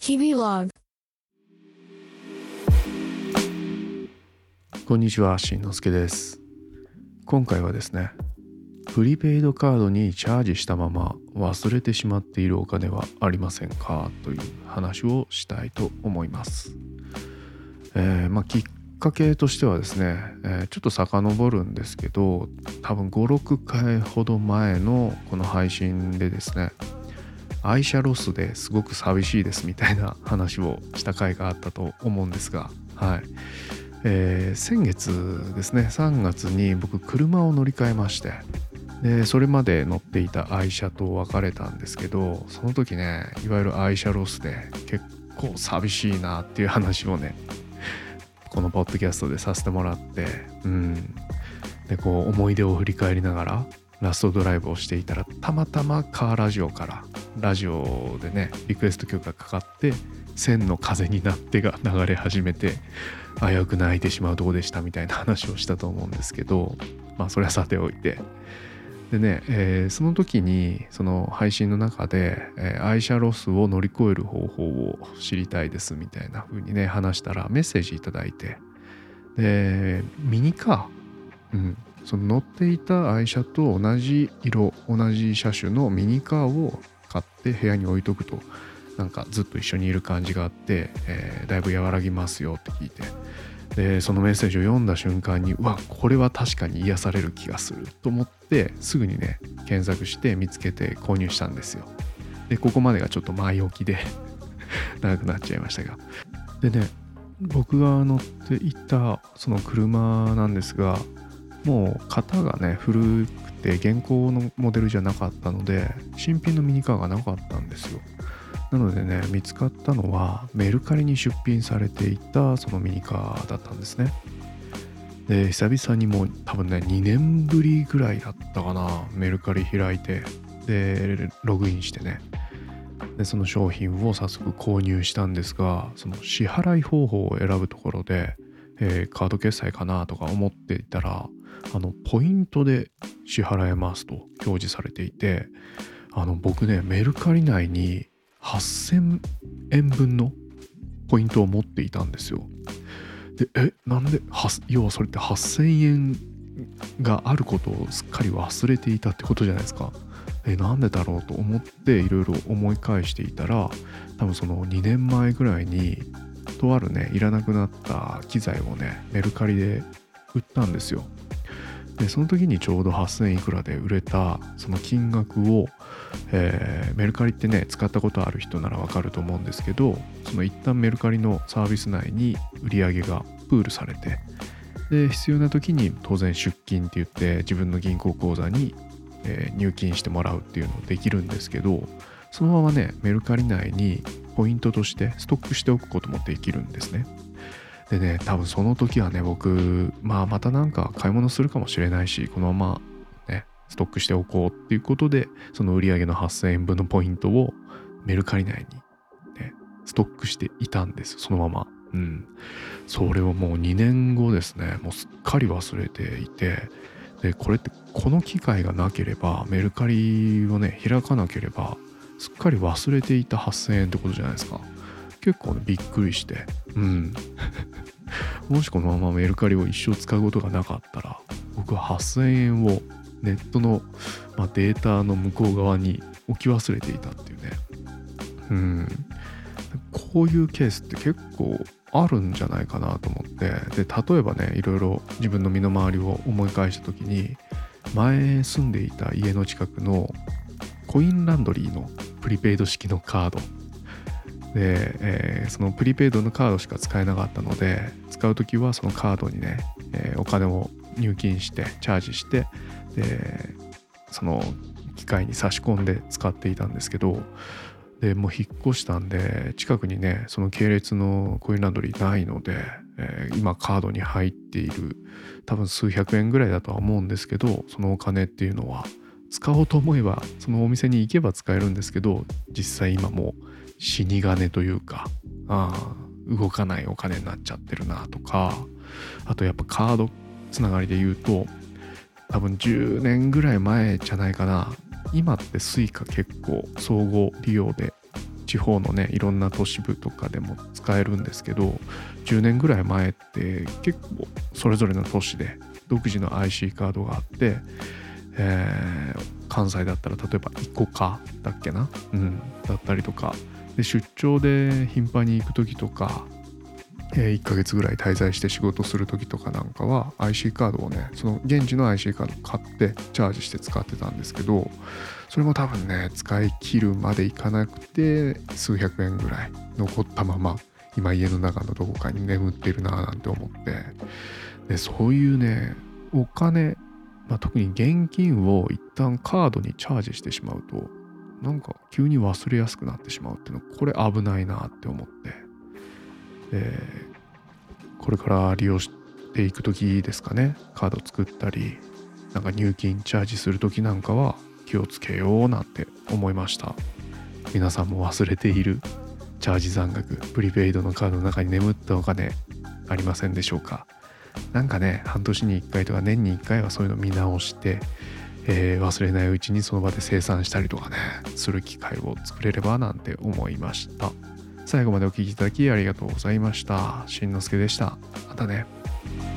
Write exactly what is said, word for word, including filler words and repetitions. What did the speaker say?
日々ログ。 こんにちは、しんのすけです。今回はですね、プリペイドカードにチャージしたまま忘れてしまっているお金はありませんかという話をしたいと思います。えー、まあきっかけとしてはですね、えー、ちょっと遡るんですけど、多分ご、ろっかいほど前のこの配信でですね、愛車ロスですごく寂しいですみたいな話をした回があったと思うんですが、はい。えー、先月ですね、さんがつに僕車を乗り換えまして、でそれまで乗っていた愛車と別れたんですけど、その時ね、いわゆる愛車ロスで結構寂しいなっていう話をね、このポッドキャストでさせてもらって、うんでこう思い出を振り返りながらラストドライブをしていたら、たまたまカーラジオからラジオでねリクエスト曲がかかって、千の風になってが流れ始めて、危うく泣いてしまうとこでしたみたいな話をしたと思うんですけど、まあそれはさておいて、でね、えー、その時にその配信の中で、えー、愛車ロスを乗り越える方法を知りたいですみたいな風にね話したらメッセージいただいて、でミニカー、うん、その乗っていた愛車と同じ色同じ車種のミニカーを買って部屋に置いとくと、なんかずっと一緒にいる感じがあって、えー、だいぶ和らぎますよって聞いて、でそのメッセージを読んだ瞬間に、うわこれは確かに癒される気がすると思って、すぐにね検索して見つけて購入したんですよ。でここまでがちょっと前置きで長くなっちゃいましたが、でね僕が乗っていたその車なんですが、もう型がね古くて現行のモデルじゃなかったので、新品のミニカーがなかったんですよ。なのでね、見つかったのはメルカリに出品されていたそのミニカーだったんですね。で久々にもう多分ねにねんぶりぐらいだったかな、メルカリ開いて、でログインしてね、でその商品を早速購入したんですが、その支払い方法を選ぶところで、えー、カード決済かなとか思っていたら、あのポイントで支払えますと表示されていて、あの僕ねメルカリ内にはっせんえんぶんのポイントを持っていたんですよ。でえなんでは要はそれってはっせんえんがあることをすっかり忘れていたってことじゃないですか。えなんでだろうと思っていろいろ思い返していたら、多分そのにねんまえぐらいにとあるねいらなくなった機材をねメルカリで売ったんですよ。でその時にちょうどはっせんいくらで売れたその金額を、えー、メルカリってね使ったことある人ならわかると思うんですけど、その一旦メルカリのサービス内に売り上げがプールされて、で必要な時に当然出金って言って自分の銀行口座に、えー、入金してもらうっていうのできるんですけど、そのままねメルカリ内にポイントとしてストックしておくこともできるんですね。でね、多分その時はね僕、まあまたなんか買い物するかもしれないし、このままねストックしておこうっていうことで、その売り上げのはっせんえんぶんのポイントをメルカリ内にねストックしていたんです、そのまま。うん。それをもうにねんごですね、もうすっかり忘れていて、でこれってこの機会がなければ、メルカリをね開かなければすっかり忘れていたはっせんえんってことじゃないですか。結構ねびっくりして、うんもしこのままメルカリを一生使うことがなかったら、僕ははっせんえんをネットの、まあ、データの向こう側に置き忘れていたっていうね。うん。こういうケースって結構あるんじゃないかなと思って、で例えばねいろいろ自分の身の回りを思い返した時に、前住んでいた家の近くのコインランドリーのプリペイド式のカードで、えー、そのプリペイドのカードしか使えなかったので、使うときはそのカードにね、えー、お金を入金してチャージして、でその機械に差し込んで使っていたんですけど、でもう引っ越したんで近くにねその系列のコインランドリーないので、えー、今カードに入っている多分数百円ぐらいだとは思うんですけど、そのお金っていうのは使おうと思えばそのお店に行けば使えるんですけど、実際今もう死に金というか、あ動かないお金になっちゃってるなとか、あとやっぱカードつながりで言うと、多分じゅうねんぐらい前じゃないかな、今ってスイカ結構総合利用で地方のねいろんな都市部とかでも使えるんですけど、じゅうねんぐらい前って結構それぞれの都市で独自の アイシー カードがあって、えー、関西だったら例えばイコカだっけな、うん、だったりとかで、出張で頻繁に行く時とか、えー、いっかげつぐらい滞在して仕事する時とかなんかは アイシー カードをね、その現地の アイシー カードを買ってチャージして使ってたんですけど、それも多分ね使い切るまでいかなくて数百円ぐらい残ったまま今家の中のどこかに眠ってるなぁなんて思って、でそういうねお金、まあ、特に現金を一旦カードにチャージしてしまうとなんか急に忘れやすくなってしまうっていうの、これ危ないなって思って、でこれから利用していく時ですかね、カード作ったりなんか入金チャージする時なんかは気をつけようなんて思いました。皆さんも忘れているチャージ残額、プリペイドのカードの中に眠ったお金ありませんでしょうか。なんかね、半年にいっかいとか年にいっかいはそういうの見直して、えー、忘れないうちにその場で清算したりとかねする機会を作れればなんて思いました。最後までお聞きいただきありがとうございました。しんのすけでした。またね。